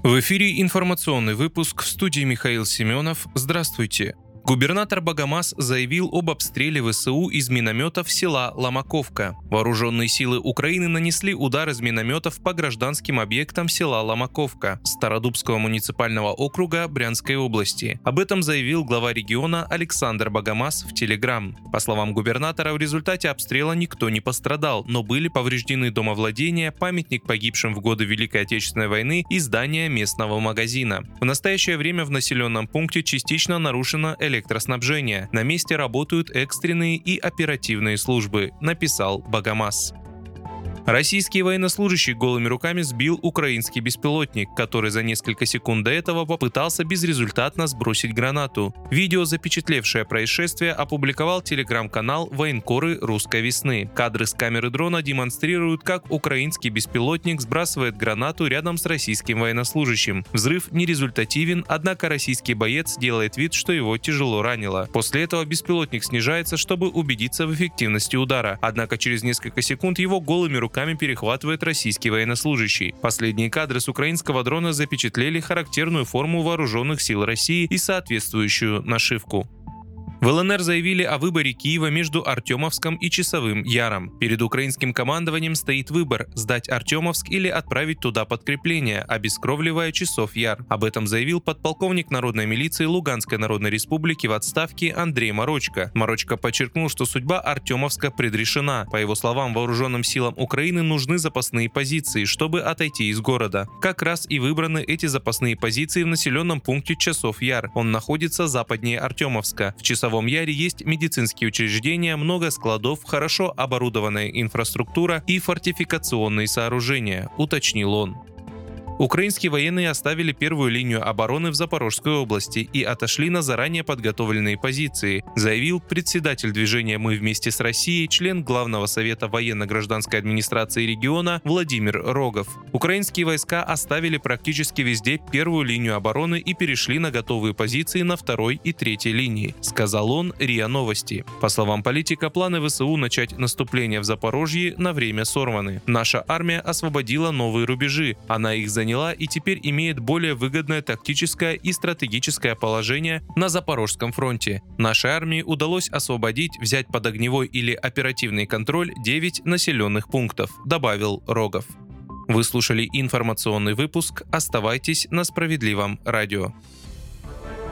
В эфире информационный выпуск, в студии Михаил Семенов. Здравствуйте. Губернатор Богомаз заявил об обстреле ВСУ из минометов села Ломаковка. Вооруженные силы Украины нанесли удар из минометов по гражданским объектам села Ломаковка Стародубского муниципального округа Брянской области. Об этом заявил глава региона Александр Богомаз в Телеграм. По словам губернатора, в результате обстрела никто не пострадал, но были повреждены домовладения, памятник погибшим в годы Великой Отечественной войны и здание местного магазина. В настоящее время в населенном пункте частично нарушено электроснабжение. На месте работают экстренные и оперативные службы, написал Богомаз. Российский военнослужащий голыми руками сбил украинский беспилотник, который за несколько секунд до этого попытался безрезультатно сбросить гранату. Видео, запечатлевшее происшествие, опубликовал телеграм-канал «Военкоры русской весны». Кадры с камеры дрона демонстрируют, как украинский беспилотник сбрасывает гранату рядом с российским военнослужащим. Взрыв нерезультативен, однако российский боец делает вид, что его тяжело ранило. После этого беспилотник снижается, чтобы убедиться в эффективности удара. Однако через несколько секунд его голыми руками перехватывает российский военнослужащий. Последние кадры с украинского дрона запечатлели характерную форму вооруженных сил России и соответствующую нашивку. В ЛНР заявили о выборе Киева между Артемовском и Часовым Яром. Перед украинским командованием стоит выбор – сдать Артемовск или отправить туда подкрепление, обескровливая Часов Яр. Об этом заявил подполковник народной милиции Луганской Народной Республики в отставке Андрей Марочко. Марочко подчеркнул, что судьба Артемовска предрешена. По его словам, вооруженным силам Украины нужны запасные позиции, чтобы отойти из города. Как раз и выбраны эти запасные позиции в населенном пункте Часов Яр. Он находится западнее Артемовска. В Часовом Яре есть медицинские учреждения, много складов, хорошо оборудованная инфраструктура и фортификационные сооружения, уточнил он. Украинские военные оставили первую линию обороны в Запорожской области и отошли на заранее подготовленные позиции, заявил председатель движения «Мы вместе с Россией», член Главного совета военно-гражданской администрации региона Владимир Рогов. Украинские войска оставили практически везде первую линию обороны и перешли на готовые позиции на второй и третьей линии, сказал он РИА Новости. По словам политика, планы ВСУ начать наступление в Запорожье на время сорваны. Наша армия освободила новые рубежи, она их заняла и теперь имеет более выгодное тактическое и стратегическое положение на Запорожском фронте. Нашей армии удалось освободить, взять под огневой или оперативный контроль 9 населенных пунктов, добавил Рогов. Вы слушали информационный выпуск. Оставайтесь на Справедливом радио.